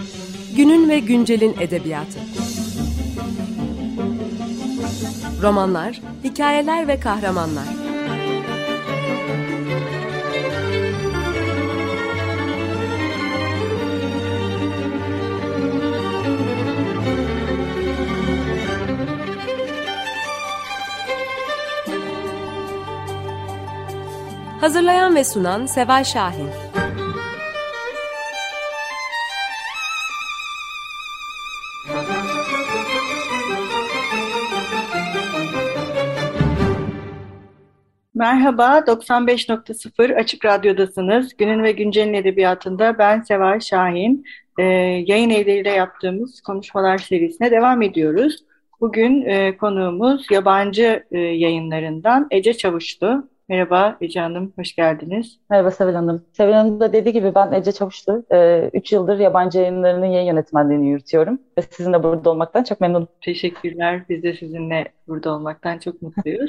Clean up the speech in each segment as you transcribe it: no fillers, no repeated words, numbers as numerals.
Günün ve güncelin edebiyatı. Romanlar, hikayeler ve kahramanlar. Hazırlayan ve sunan Seval Şahin. Merhaba, 95.0 Açık Radyo'dasınız. Günün ve Güncel'in edebiyatında ben Seval Şahin. Yayın evleriyle yaptığımız konuşmalar serisine devam ediyoruz. Bugün konuğumuz yabancı yayınlarından Ece Çavuşlu. Merhaba Ece Hanım, hoş geldiniz. Merhaba Seval Hanım. Seval Hanım da dediği gibi ben Ece Çavuşlu. 3 yıldır yabancı yayınlarının yayın yönetmenliğini yürütüyorum. Ve sizinle burada olmaktan çok memnunum. Teşekkürler. Biz de sizinle burada olmaktan çok mutluyuz.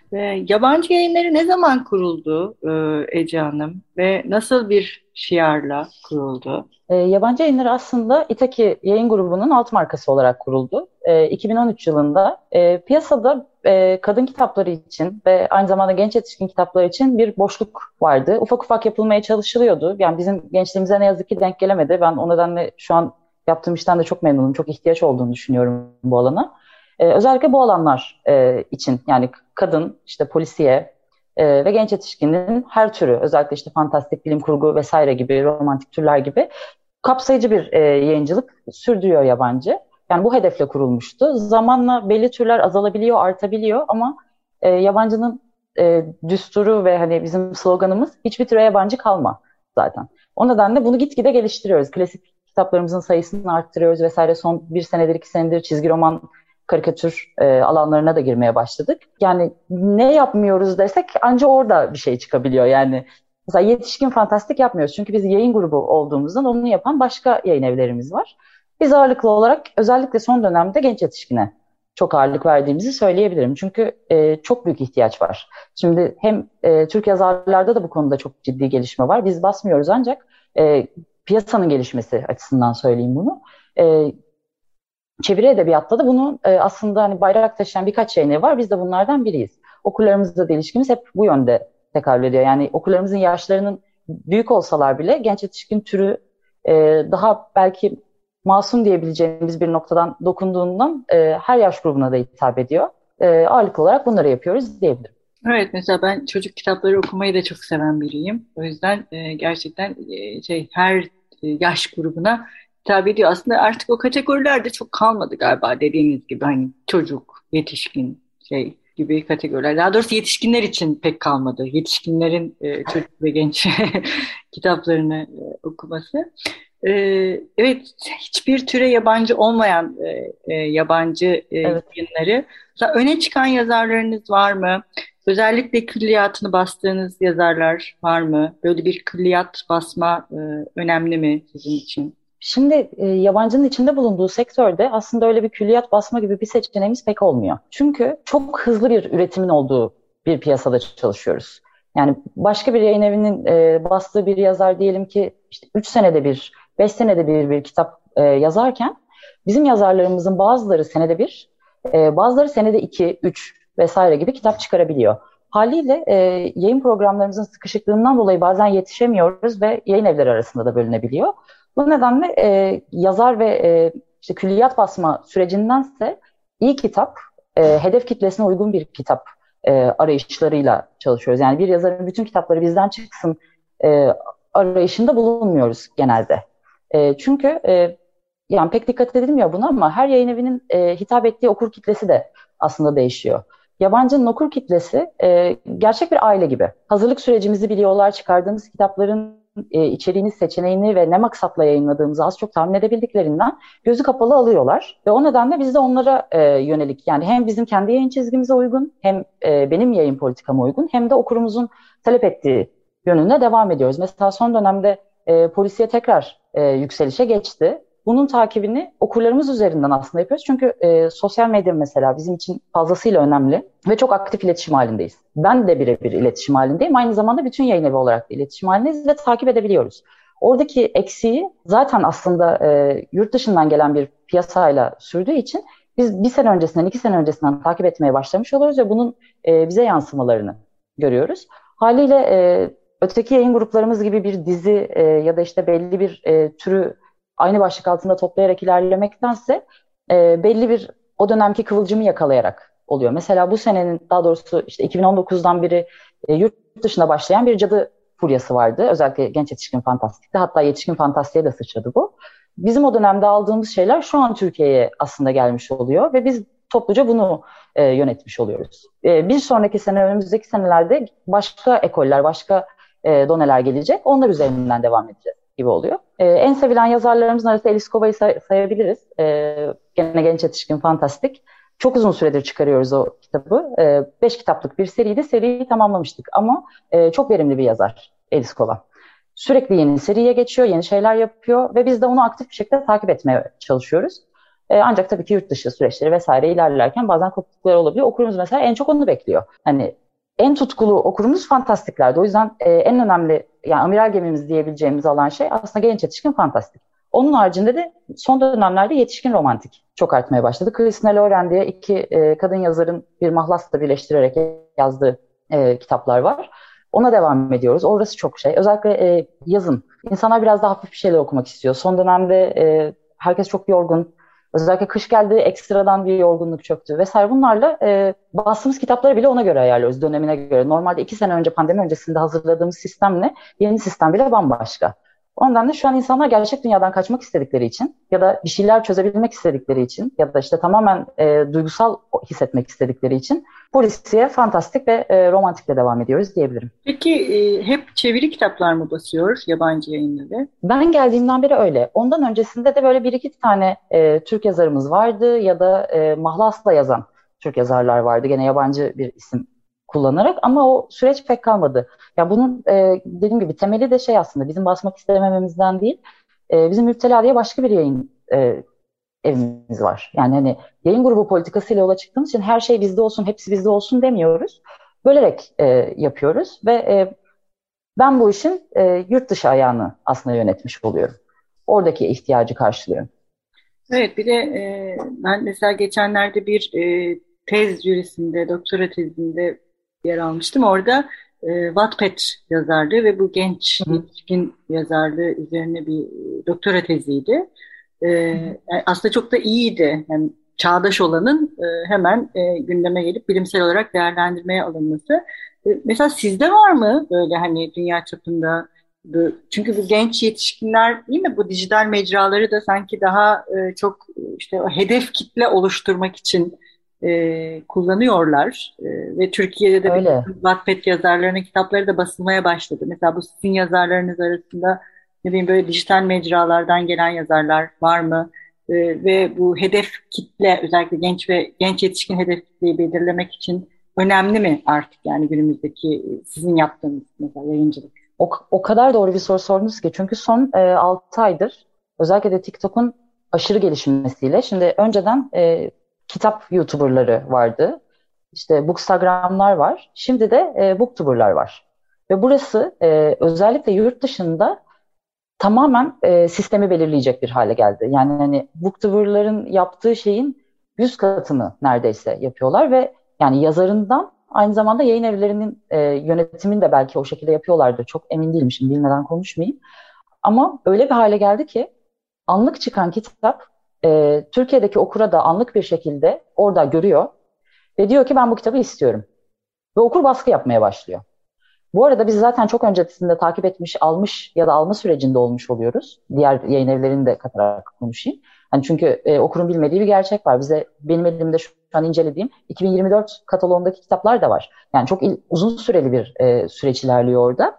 Yabancı yayınları ne zaman kuruldu Ece Hanım ve nasıl bir şiarla kuruldu? Yabancı yayınları aslında İtaki Yayın Grubu'nun alt markası olarak kuruldu. 2013 yılında piyasada kadın kitapları için ve aynı zamanda genç yetişkin kitapları için bir boşluk vardı. Ufak ufak yapılmaya çalışılıyordu. Yani bizim gençliğimize ne yazık ki denk gelemedi. Ben o nedenle şu an yaptığım işten de çok memnunum. Çok ihtiyaç olduğunu düşünüyorum bu alana. Özellikle bu alanlar için yani kadın, işte polisiye ve genç yetişkinin her türü özellikle işte fantastik, bilim kurgu vesaire gibi romantik türler gibi kapsayıcı bir yayıncılık sürdürüyor yabancı. Yani bu hedefle kurulmuştu. Zamanla belli türler azalabiliyor, artabiliyor ama yabancının düsturu ve hani bizim sloganımız hiçbir türe yabancı kalma zaten. O nedenle bunu gitgide geliştiriyoruz. Klasik kitaplarımızın sayısını arttırıyoruz vesaire. Son bir senedir, 2 senedir çizgi roman, karikatür alanlarına da girmeye başladık. Yani ne yapmıyoruz desek anca orada bir şey çıkabiliyor. Yani mesela yetişkin fantastik yapmıyoruz. Çünkü biz yayın grubu olduğumuzdan onu yapan başka yayın evlerimiz var. Biz ağırlıklı olarak özellikle son dönemde genç yetişkine çok ağırlık verdiğimizi söyleyebilirim. Çünkü çok büyük ihtiyaç var. Şimdi hem Türk yazarlarda da bu konuda çok ciddi gelişme var. Biz basmıyoruz ancak piyasanın gelişmesi açısından söyleyeyim bunu. Çeviri edebiyatta da bunu aslında hani bayrak taşıyan birkaç yayın evi var. Biz de bunlardan biriyiz. Okurlarımızla da ilişkimiz hep bu yönde tekabül ediyor. Yani okurlarımızın yaşlarının büyük olsalar bile genç yetişkin türü daha belki masum diyebileceğimiz bir noktadan dokunduğundan her yaş grubuna da hitap ediyor. Ağırlıklı olarak bunları yapıyoruz diyebilirim. Evet, mesela ben çocuk kitapları okumayı da çok seven biriyim. O yüzden gerçekten her yaş grubuna hitap ediyor. Aslında artık o kategorilerde çok kalmadı galiba dediğiniz gibi hani çocuk, yetişkin gibi kategoriler. Daha doğrusu yetişkinler için pek kalmadı. Yetişkinlerin çocuk ve genç kitaplarını okuması. Evet, hiçbir türe yabancı olmayan yabancı Evet. yayınları. Mesela öne çıkan yazarlarınız var mı? Özellikle külliyatını bastığınız yazarlar var mı? Böyle bir külliyat basma önemli mi sizin için? Şimdi yabancının içinde bulunduğu sektörde aslında öyle bir külliyat basma gibi bir seçeneğimiz pek olmuyor. Çünkü çok hızlı bir üretimin olduğu bir piyasada çalışıyoruz. Yani başka bir yayın evinin bastığı bir yazar diyelim ki işte 3 senede bir, 5 senede bir kitap yazarken bizim yazarlarımızın bazıları senede bir, bazıları senede 2, 3 vesaire gibi kitap çıkarabiliyor. Haliyle yayın programlarımızın sıkışıklığından dolayı bazen yetişemiyoruz ve yayın evleri arasında da bölünebiliyor. Bu nedenle yazar ve işte külliyat basma sürecindense iyi kitap, hedef kitlesine uygun bir kitap arayışlarıyla çalışıyoruz. Yani bir yazarın bütün kitapları bizden çıksın arayışında bulunmuyoruz genelde. Çünkü yani pek dikkat edilmiyor buna ama her yayın evinin hitap ettiği okur kitlesi de aslında değişiyor. Yabancının okur kitlesi gerçek bir aile gibi. Hazırlık sürecimizi biliyorlar, çıkardığımız kitapların içeriğini, seçeneğini ve ne maksatla yayınladığımızı az çok tahmin edebildiklerinden gözü kapalı alıyorlar. Ve o nedenle biz de onlara yönelik yani hem bizim kendi yayın çizgimize uygun hem benim yayın politikama uygun hem de okurumuzun talep ettiği yönünde devam ediyoruz. Mesela son dönemde polisiye tekrar yükselişe geçti. Bunun takibini okurlarımız üzerinden aslında yapıyoruz. Çünkü sosyal medya mesela bizim için fazlasıyla önemli ve çok aktif iletişim halindeyiz. Ben de birebir iletişim halindeyim. Aynı zamanda bütün yayın evi olarak da iletişim halindeyiz ve takip edebiliyoruz. Oradaki eksiği zaten aslında yurt dışından gelen bir piyasayla sürdüğü için biz bir sene öncesinden, 2 sene öncesinden takip etmeye başlamış oluyoruz ve bunun bize yansımalarını görüyoruz. Haliyle öteki yayın gruplarımız gibi bir dizi ya da işte belli bir türü aynı başlık altında toplayarak ilerlemektense belli bir o dönemki kıvılcımı yakalayarak oluyor. Mesela bu senenin, daha doğrusu işte 2019'dan beri yurt dışına başlayan bir cadı furyası vardı. Özellikle genç yetişkin fantastikte, hatta yetişkin fantastiğe de sıçradı bu. Bizim o dönemde aldığımız şeyler şu an Türkiye'ye aslında gelmiş oluyor ve biz topluca bunu yönetmiş oluyoruz. Bir sonraki sene, önümüzdeki senelerde başka ekoller, başka doneler gelecek. Onlar üzerinden devam edeceğiz gibi oluyor. En sevilen yazarlarımızın arasında Alice Cova'yı sayabiliriz. Gene genç yetişkin fantastik. Çok uzun süredir çıkarıyoruz o kitabı. 5 kitaplık bir seriydi. Seriyi tamamlamıştık ama çok verimli bir yazar Alice Cova. Sürekli yeni seriye geçiyor, yeni şeyler yapıyor ve biz de onu aktif bir şekilde takip etmeye çalışıyoruz. Ancak tabii ki yurt dışı süreçleri vesaire ilerlerken bazen kopukluklar olabiliyor. Okurumuz mesela en çok onu bekliyor. Hani en tutkulu okurumuz fantastiklerdi. O yüzden en önemli, yani amiral gemimiz diyebileceğimiz alan şey aslında genç yetişkin fantastik. Onun haricinde de son dönemlerde yetişkin romantik çok artmaya başladı. Christina Loren diye 2 kadın yazarın bir mahlasla birleştirerek yazdığı kitaplar var. Ona devam ediyoruz. Orası çok şey. Özellikle yazın. İnsanlar biraz daha hafif bir şeyler okumak istiyor. Son dönemde herkes çok yorgun. Özellikle kış geldi, ekstradan bir yorgunluk çöktü vesaire. Bunlarla bastığımız kitapları bile ona göre ayarlıyoruz, dönemine göre. Normalde 2 sene önce, pandemi öncesinde hazırladığımız sistemle yeni sistem bile bambaşka. Ondan da şu an insanlar gerçek dünyadan kaçmak istedikleri için ya da bir şeyler çözebilmek istedikleri için ya da işte tamamen duygusal hissetmek istedikleri için polisiye, fantastik ve romantikle devam ediyoruz diyebilirim. Peki hep çeviri kitaplar mı basıyor yabancı yayınları? Ben geldiğimden beri öyle. Ondan öncesinde de böyle 1-2 tane Türk yazarımız vardı ya da mahlasla yazan Türk yazarlar vardı. Gene yabancı bir isim kullanarak, ama o süreç pek kalmadı. Ya bunun dediğim gibi temeli de şey, aslında bizim basmak istemememizden değil. Bizim Müptela diye başka bir yayın evimiz var. Yani hani yayın grubu politikasıyla yola çıktığımız için her şey bizde olsun, hepsi bizde olsun demiyoruz. Bölerek yapıyoruz ve ben bu işin yurt dışı ayağını aslında yönetmiş oluyorum. Oradaki ihtiyacı karşılıyorum. Evet, bir de ben mesela geçenlerde bir tez jürisinde, doktora tezinde yer almıştım. Orada Wattpad yazarlığı ve bu genç yetişkin yazarlığı üzerine bir doktora teziydi. Yani aslında çok da iyiydi. Yani çağdaş olanın hemen gündeme gelip bilimsel olarak değerlendirmeye alınması. Mesela sizde var mı böyle hani dünya çapında? Çünkü bu genç yetişkinler, değil mi? Bu dijital mecraları da sanki daha çok işte o hedef kitle oluşturmak için kullanıyorlar. Ve Türkiye'de de Öyle. bir Wattpad yazarlarının kitapları da basılmaya başladı. Mesela bu sizin yazarlarınız arasında ne bileyim böyle dijital mecralardan gelen yazarlar var mı? Ve bu hedef kitle, özellikle genç ve genç yetişkin hedef kitleyi belirlemek için önemli mi artık, yani günümüzdeki sizin yaptığınız mesela yayıncılık? O kadar doğru bir soru sordunuz ki, çünkü son 6 aydır özellikle de TikTok'un aşırı gelişmesiyle, şimdi önceden kitap YouTuber'ları vardı. İşte Bookstagram'lar var. Şimdi de Booktuber'lar var. Ve burası özellikle yurt dışında tamamen sistemi belirleyecek bir hale geldi. Yani hani Booktuber'ların yaptığı şeyin 100 katını neredeyse yapıyorlar ve yani yazarından aynı zamanda yayın evlerinin yönetimini de belki o şekilde yapıyorlardır. Çok emin değilim, şimdi bilmeden konuşmayayım. Ama öyle bir hale geldi ki anlık çıkan kitap Türkiye'deki okura da anlık bir şekilde orada görüyor ve diyor ki ben bu kitabı istiyorum. Ve okur baskı yapmaya başlıyor. Bu arada biz zaten çok öncesinde takip etmiş, almış ya da alma sürecinde olmuş oluyoruz. Diğer yayın evlerini de katarak konuşayım. Hani çünkü okurun bilmediği bir gerçek var. Benim elimde şu an incelediğim 2024 kataloğundaki kitaplar da var. Yani çok uzun süreli bir süreç ilerliyor orada.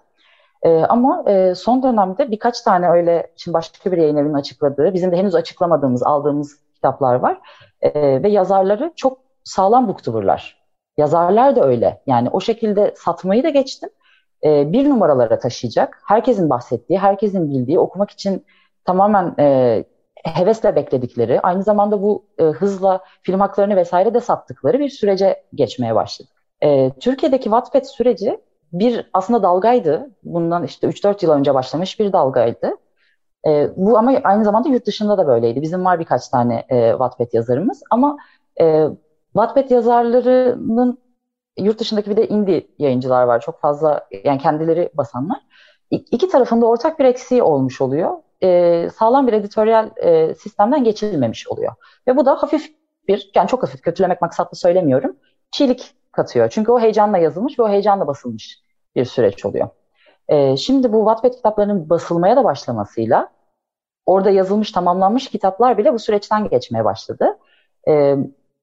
Ama son dönemde birkaç tane öyle, şimdi başka bir yayın evinin açıkladığı, bizim de henüz açıklamadığımız, aldığımız kitaplar var. Ve yazarları çok sağlam booktuberlar. Yazarlar da öyle. Yani o şekilde satmayı da geçtim. Bir numaralara taşıyacak. Herkesin bahsettiği, herkesin bildiği, okumak için tamamen hevesle bekledikleri, aynı zamanda bu hızla film haklarını vesaire de sattıkları bir sürece geçmeye başladık. Türkiye'deki Wattpad süreci bir aslında dalgaydı. Bundan işte 3-4 yıl önce başlamış bir dalgaydı. Bu ama aynı zamanda yurt dışında da böyleydi. Bizim var birkaç tane Wattpad yazarımız ama e, Wattpad yazarlarının yurt dışındaki bir de indie yayıncılar var. Çok fazla yani kendileri basanlar. İki tarafında ortak bir eksiği olmuş oluyor. Sağlam bir editoryal sistemden geçilmemiş oluyor. Ve bu da hafif bir, yani çok hafif, kötülemek maksatlı söylemiyorum, çiğlik katıyor. Çünkü o heyecanla yazılmış ve o heyecanla basılmış bir süreç oluyor. Şimdi bu Wattpad kitaplarının basılmaya da başlamasıyla orada yazılmış, tamamlanmış kitaplar bile bu süreçten geçmeye başladı. E,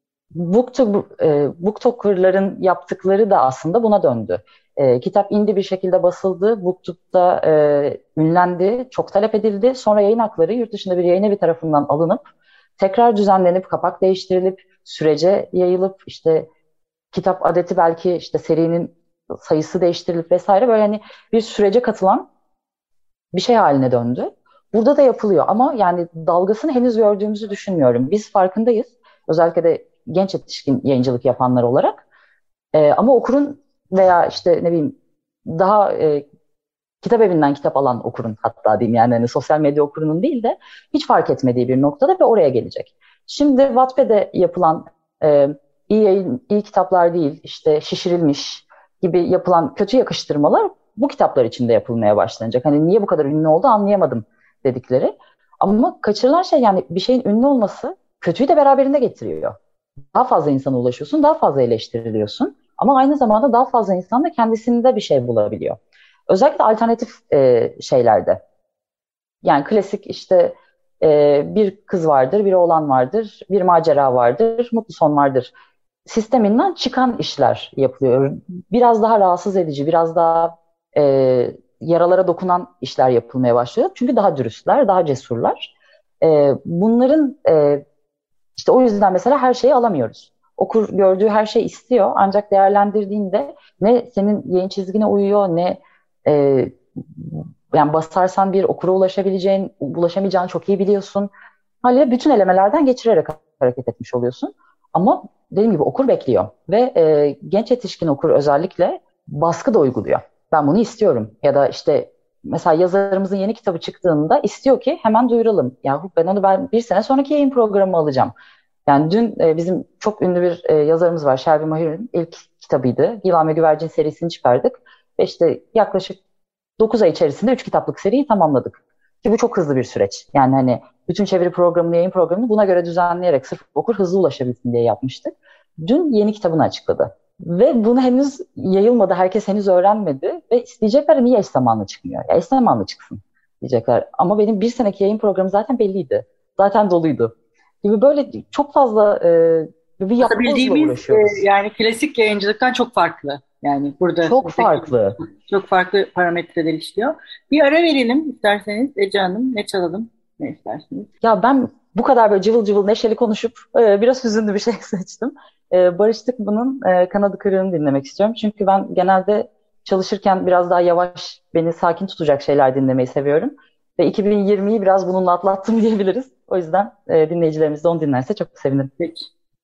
Booktoker'ların yaptıkları da aslında buna döndü. Kitap indie bir şekilde basıldı, BookTube'da ünlendi, çok talep edildi. Sonra yayın hakları yurt dışında bir yayın evi tarafından alınıp, tekrar düzenlenip, kapak değiştirilip, sürece yayılıp, işte kitap adeti belki işte serinin sayısı değiştirilip vesaire, böyle hani bir sürece katılan bir şey haline döndü. Burada da yapılıyor ama yani dalgasını henüz gördüğümüzü düşünmüyorum. Biz farkındayız. Özellikle de genç yetişkin yayıncılık yapanlar olarak. Ama okurun veya işte ne bileyim daha kitap evinden kitap alan okurun, hatta diyeyim yani hani sosyal medya okurunun değil de hiç fark etmediği bir noktada ve oraya gelecek. Şimdi Wattpad'e yapılan iyi yayın, iyi kitaplar değil, işte şişirilmiş gibi yapılan kötü yakıştırmalar bu kitaplar için de yapılmaya başlanacak. Hani niye bu kadar ünlü oldu anlayamadım dedikleri. Ama kaçırılan şey, yani bir şeyin ünlü olması kötüyü de beraberinde getiriyor. Daha fazla insana ulaşıyorsun, daha fazla eleştiriliyorsun. Ama aynı zamanda daha fazla insan da kendisinde bir şey bulabiliyor. Özellikle alternatif şeylerde. Yani klasik işte bir kız vardır, bir oğlan vardır, bir macera vardır, mutlu son vardır sisteminden çıkan işler yapılıyor. Biraz daha rahatsız edici, biraz daha e, yaralara dokunan işler yapılmaya başlıyor. Çünkü daha dürüstler, daha cesurlar. Bunların işte o yüzden mesela her şeyi alamıyoruz. Okur gördüğü her şey istiyor, ancak değerlendirdiğinde ne senin yayın çizgine uyuyor, ne e, yani basarsan bir okura ulaşamayacağını çok iyi biliyorsun. Haliyle bütün elemelerden geçirerek hareket etmiş oluyorsun. Ama dediğim gibi okur bekliyor ve genç yetişkin okur özellikle baskı da uyguluyor. Ben bunu istiyorum, ya da işte mesela yazarımızın yeni kitabı çıktığında istiyor ki hemen duyuralım. Yahu ben bir sene sonraki yayın programı alacağım. Yani dün bizim çok ünlü bir yazarımız var, Shelby Mahir'in ilk kitabıydı. Yılan ve Güvercin serisini çıkardık. Ve işte yaklaşık 9 ay içerisinde 3 kitaplık seriyi tamamladık. Ki bu çok hızlı bir süreç. Yani hani bütün çeviri programını, yayın programını buna göre düzenleyerek sırf okur hızlı ulaşabilsin diye yapmıştık. Dün yeni kitabını açıkladı. Ve bunu henüz yayılmadı, herkes henüz öğrenmedi. Ve isteyecekler, niye eş zamanlı çıkmıyor? Ya eş zamanlı çıksın diyecekler. Ama benim bir seneki yayın programı zaten belliydi. Zaten doluydu. Gibi böyle çok fazla bir Aslında yapbozla bildiğimiz uğraşıyoruz. yani klasik yayıncılıktan çok farklı. Yani burada Çok farklı. çok farklı parametreler işliyor. Bir ara verelim isterseniz Ece Hanım. Ne çalalım? Ne istersiniz? Ya ben bu kadar böyle cıvıl cıvıl neşeli konuşup biraz hüzünlü bir şey seçtim. Barış Tıkman'ın Kanadı Kırığı'nı dinlemek istiyorum. Çünkü ben genelde çalışırken biraz daha yavaş, beni sakin tutacak şeyler dinlemeyi seviyorum. Ve 2020'yi biraz bununla atlattım diyebiliriz. O yüzden dinleyicilerimiz de onu dinlerse çok sevinirim. Peki.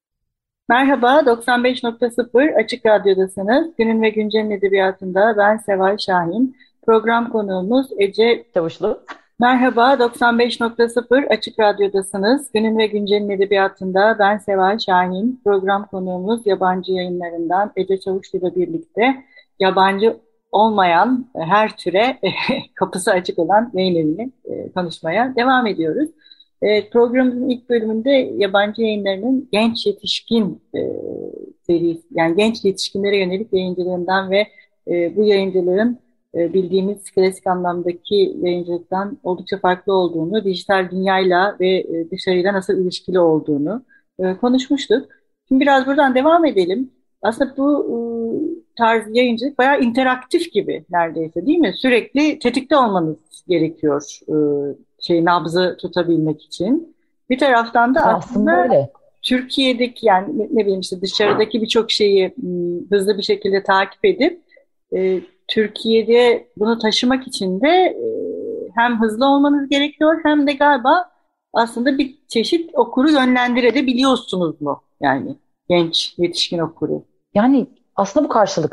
Merhaba, 95.0 Açık Radyo'dasınız. Günün ve Güncel'in edebiyatında ben Seval Şahin. Program konuğumuz Ece. Çavuşlu. Merhaba, 95.0 Açık Radyo'dasınız. Günün ve Güncel'in edebiyatında ben Seval Şahin. Program konuğumuz yabancı yayınlarından Ece Çavuşlu ile birlikte yabancı olmayan her türe kapısı açık olan yayın evini konuşmaya devam ediyoruz. Programımızın ilk bölümünde yabancı yayınlarının genç yetişkin serisi, yani genç yetişkinlere yönelik yayıncılığından ve bu yayıncılığın bildiğimiz klasik anlamdaki yayıncılıktan oldukça farklı olduğunu, dijital dünyayla ve dışarıyla nasıl ilişkili olduğunu konuşmuştuk. Şimdi biraz buradan devam edelim. Aslında bu tarz yayıncılık bayağı interaktif gibi neredeyse, değil mi? Sürekli tetikte olmanız gerekiyor nabzı tutabilmek için. Bir taraftan da Aslında aslında öyle. Türkiye'deki, yani ne bileyim işte dışarıdaki birçok şeyi hızlı bir şekilde takip edip Türkiye'de bunu taşımak için de hem hızlı olmanız gerekiyor hem de galiba aslında bir çeşit okuru yönlendirebiliyorsunuz mu? Yani genç yetişkin okuru. Yani aslında bu karşılıklı.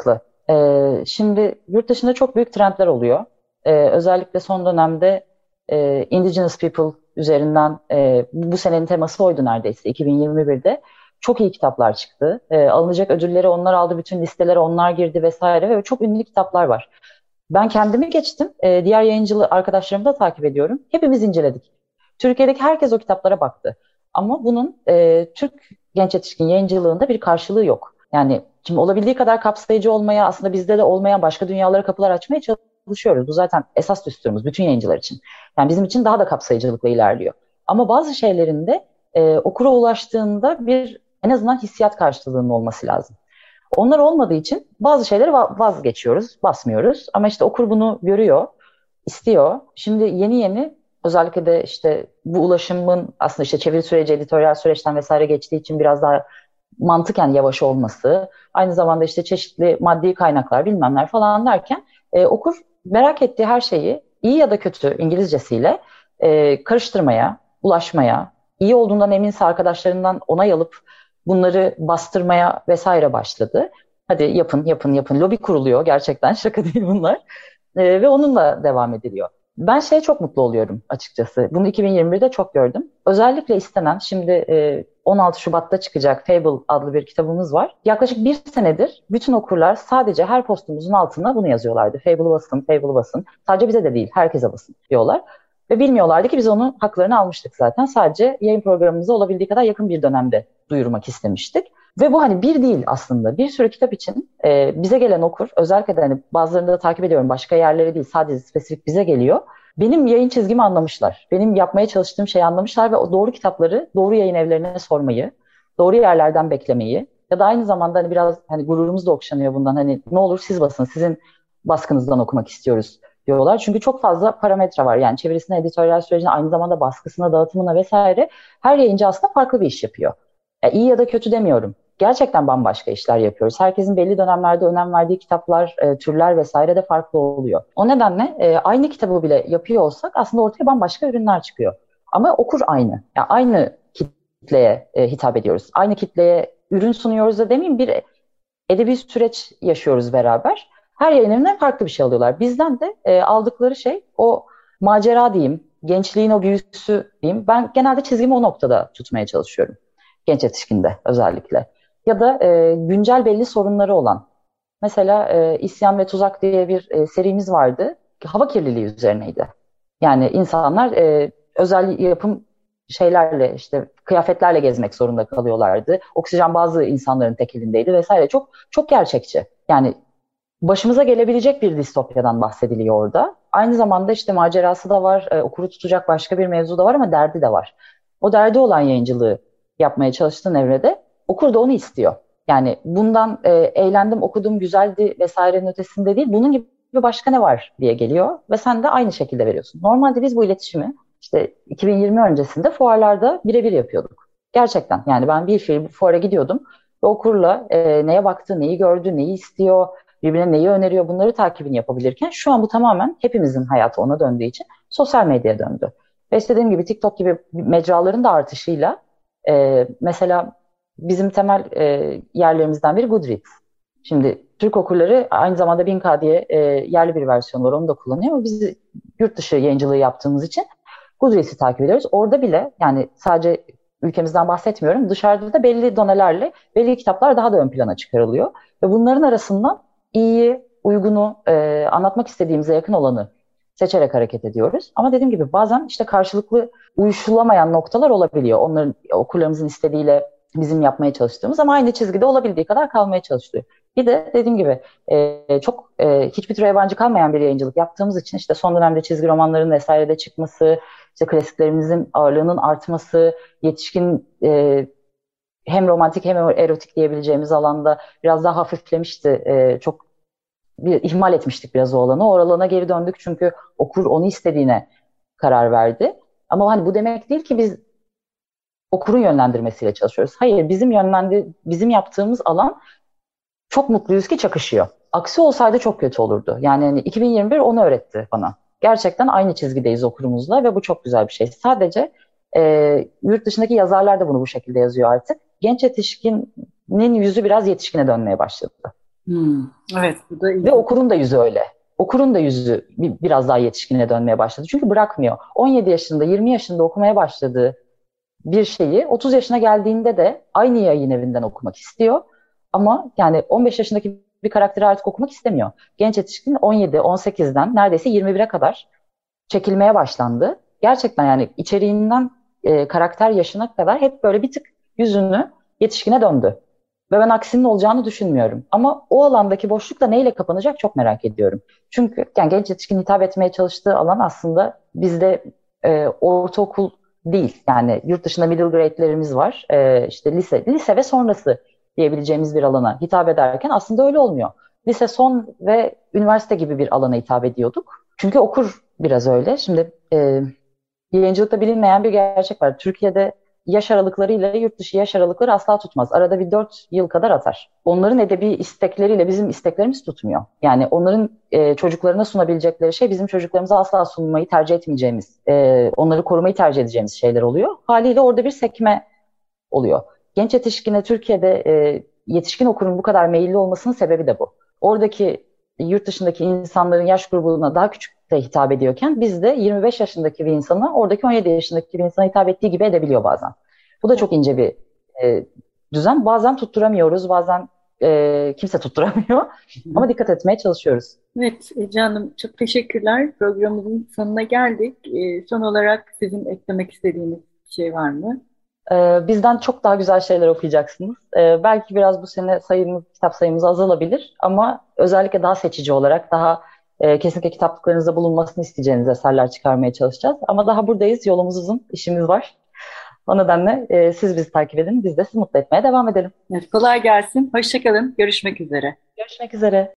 Şimdi yurt dışında çok büyük trendler oluyor. Özellikle son dönemde Indigenous People üzerinden bu senenin teması oydu neredeyse 2021'de. Çok iyi kitaplar çıktı. Alınacak ödülleri onlar aldı, bütün listelere onlar girdi vesaire ve çok ünlü kitaplar var. Ben kendimi geçtim. Diğer yayıncı arkadaşlarımı da takip ediyorum. Hepimiz inceledik. Türkiye'deki herkes o kitaplara baktı. Ama bunun Türk genç yetişkin yayıncılığında bir karşılığı yok. Yani şimdi olabildiği kadar kapsayıcı olmaya, aslında bizde de olmayan başka dünyalara kapılar açmaya çalışıyoruz. Bu zaten esas düsturumuz bütün yayıncılar için. Yani bizim için daha da kapsayıcılıkla ilerliyor. Ama bazı şeylerin de okura ulaştığında bir en azından hissiyat karşılığının olması lazım. Onlar olmadığı için bazı şeyleri vazgeçiyoruz, basmıyoruz. Ama işte okur bunu görüyor, istiyor. Şimdi yeni yeni özellikle de işte bu ulaşımın aslında işte çeviri süreci, editoryal süreçten vesaire geçtiği için biraz daha mantıken yavaş olması, aynı zamanda işte çeşitli maddi kaynaklar bilmemler falan derken okur merak ettiği her şeyi iyi ya da kötü İngilizcesiyle karıştırmaya, ulaşmaya, iyi olduğundan eminse arkadaşlarından onay alıp bunları bastırmaya vesaire başladı. Hadi yapın, yapın, yapın. Lobi kuruluyor gerçekten şaka değil bunlar. Ve onunla devam ediliyor. Ben çok mutlu oluyorum açıkçası. Bunu 2021'de çok gördüm. Özellikle istenen, şimdi 16 Şubat'ta çıkacak Fable adlı bir kitabımız var. Yaklaşık bir senedir bütün okurlar sadece her postumuzun altına bunu yazıyorlardı. Fable basın, Fable basın. Sadece bize de değil, herkese basın diyorlar. Ve bilmiyorlardı ki biz onun haklarını almıştık zaten. Sadece yayın programımıza olabildiği kadar yakın bir dönemde duyurmak istemiştik. Ve bu hani bir değil aslında. Bir sürü kitap için bize gelen okur, özellikle de hani bazılarını da takip ediyorum, başka yerlere değil sadece spesifik bize geliyor. Benim yayın çizgimi anlamışlar. Benim yapmaya çalıştığım şeyi anlamışlar ve o doğru kitapları doğru yayın evlerine sormayı, doğru yerlerden beklemeyi ya da aynı zamanda hani biraz hani gururumuz da okşanıyor bundan. Hani ne olur siz basın, sizin baskınızdan okumak istiyoruz diyorlar. Çünkü çok fazla parametre var. Yani çevirisine, editoryal sürecine, aynı zamanda baskısına, dağıtımına vesaire her yayıncı aslında farklı bir iş yapıyor. İyi ya da kötü demiyorum. Gerçekten bambaşka işler yapıyoruz. Herkesin belli dönemlerde önem verdiği kitaplar, türler vesaire de farklı oluyor. O nedenle aynı kitabı bile yapıyor olsak aslında ortaya bambaşka ürünler çıkıyor. Ama okur aynı. Yani aynı kitleye hitap ediyoruz. Aynı kitleye ürün sunuyoruz da demeyeyim, bir edebi süreç yaşıyoruz beraber. Her yayın evinden farklı bir şey alıyorlar. Bizden de aldıkları şey o macera diyeyim, gençliğin o büyüsü diyeyim. Ben genelde çizgimi o noktada tutmaya çalışıyorum. Genç yetişkinde özellikle. Ya da güncel belli sorunları olan. Mesela İsyan ve Tuzak diye bir serimiz vardı. Hava kirliliği üzerineydi. Yani insanlar özel yapım şeylerle, işte kıyafetlerle gezmek zorunda kalıyorlardı. Oksijen bazı insanların tek elindeydi vesaire. Çok çok gerçekçi. Yani başımıza gelebilecek bir distopyadan bahsediliyor orada. Aynı zamanda işte macerası da var, okuru tutacak başka bir mevzu da var ama derdi de var. O derdi olan yayıncılığı yapmaya çalıştığın evrede okur da onu istiyor. Yani bundan eğlendim, okudum, güzeldi vesairenin ötesinde değil, bunun gibi başka ne var diye geliyor ve sen de aynı şekilde veriyorsun. Normalde biz bu iletişimi işte 2020 öncesinde fuarlarda birebir yapıyorduk. Gerçekten yani ben bir fuara gidiyordum ve okurla neye baktı, neyi gördü, neyi istiyor, birbirine neyi öneriyor, bunları takibini yapabilirken şu an bu tamamen hepimizin hayatı ona döndüğü için sosyal medyaya döndü. Ve istediğim gibi TikTok gibi mecraların da artışıyla mesela bizim temel yerlerimizden biri Goodreads. Şimdi Türk okurları aynı zamanda 1000K diye yerli bir versiyon var, onu da kullanıyor ama biz yurt dışı yayıncılığı yaptığımız için Goodreads'i takip ediyoruz. Orada bile yani sadece ülkemizden bahsetmiyorum, dışarıda da belli donelerle belli kitaplar daha da ön plana çıkarılıyor. Ve bunların arasından iyi, uygunu, anlatmak istediğimize yakın olanı seçerek hareket ediyoruz. Ama dediğim gibi bazen işte karşılıklı uyuşulamayan noktalar olabiliyor. Onların, okurlarımızın istediğiyle bizim yapmaya çalıştığımız ama aynı çizgide olabildiği kadar kalmaya çalışılıyor. Bir de dediğim gibi çok hiçbir türe yabancı kalmayan bir yayıncılık yaptığımız için işte son dönemde çizgi romanların vesairede çıkması, işte klasiklerimizin ağırlığının artması, yetişkin hem romantik hem erotik diyebileceğimiz alanda biraz daha hafiflemişti. Çok ihmal etmiştik biraz o alanı. O alana geri döndük çünkü okur onu istediğine karar verdi. Ama hani bu demek değil ki biz okurun yönlendirmesiyle çalışıyoruz. Hayır, bizim yaptığımız alan çok mutluyuz ki çakışıyor. Aksi olsaydı çok kötü olurdu. Yani hani 2021 onu öğretti bana. Gerçekten aynı çizgideyiz okurumuzla ve bu çok güzel bir şey. Sadece yurt dışındaki yazarlar da bunu bu şekilde yazıyor artık. Genç yetişkinin yüzü biraz yetişkine dönmeye başladı. Hmm. Evet, bu da Ve iyi. okurun da yüzü öyle. Okurun da yüzü biraz daha yetişkine dönmeye başladı. Çünkü bırakmıyor. 17 yaşında, 20 yaşında okumaya başladığı bir şeyi 30 yaşına geldiğinde de aynı yayın evinden okumak istiyor. Ama yani 15 yaşındaki bir karakteri artık okumak istemiyor. Genç yetişkin 17, 18'den neredeyse 21'e kadar çekilmeye başlandı. Gerçekten yani içeriğinden karakter yaşına kadar hep böyle bir tık yüzünü yetişkine döndü. Ve ben aksinin olacağını düşünmüyorum. Ama o alandaki boşluk da neyle kapanacak çok merak ediyorum. Çünkü yani genç yetişkin hitap etmeye çalıştığı alan aslında bizde ortaokul değil. Yani yurt dışında middle grade'lerimiz var. İşte lise ve sonrası diyebileceğimiz bir alana hitap ederken aslında öyle olmuyor. Lise son ve üniversite gibi bir alana hitap ediyorduk. Çünkü okur biraz öyle. Şimdi yayıncılıkta bilinmeyen bir gerçek var. Türkiye'de yaş aralıklarıyla yurt dışı yaş aralıkları asla tutmaz. Arada bir 4 yıl kadar atar. Onların edebi istekleriyle bizim isteklerimiz tutmuyor. Yani onların çocuklarına sunabilecekleri şey bizim çocuklarımıza asla sunmayı tercih etmeyeceğimiz, onları korumayı tercih edeceğimiz şeyler oluyor. Haliyle orada bir sekme oluyor. Genç yetişkine Türkiye'de yetişkin okurun bu kadar meyilli olmasının sebebi de bu. Oradaki yurt dışındaki insanların yaş grubuna daha küçük de hitap ediyorken bizde 25 yaşındaki bir insana oradaki 17 yaşındaki bir insana hitap ettiği gibi edebiliyor bazen. Bu da çok ince bir e, düzen. Bazen tutturamıyoruz, bazen kimse tutturamıyor. Ama dikkat etmeye çalışıyoruz. Evet, Canım, çok teşekkürler. Programımızın sonuna geldik. Son olarak sizin eklemek istediğiniz bir şey var mı? Bizden çok daha güzel şeyler okuyacaksınız. Belki biraz bu sene kitap sayımız azalabilir ama özellikle daha seçici olarak daha kesinlikle kitaplıklarınızda bulunmasını isteyeceğiniz eserler çıkarmaya çalışacağız. Ama daha buradayız, yolumuz uzun, işimiz var. O nedenle siz bizi takip edin, biz de sizi mutlu etmeye devam edelim. Evet, kolay gelsin. Hoşça kalın. Görüşmek üzere. Görüşmek üzere.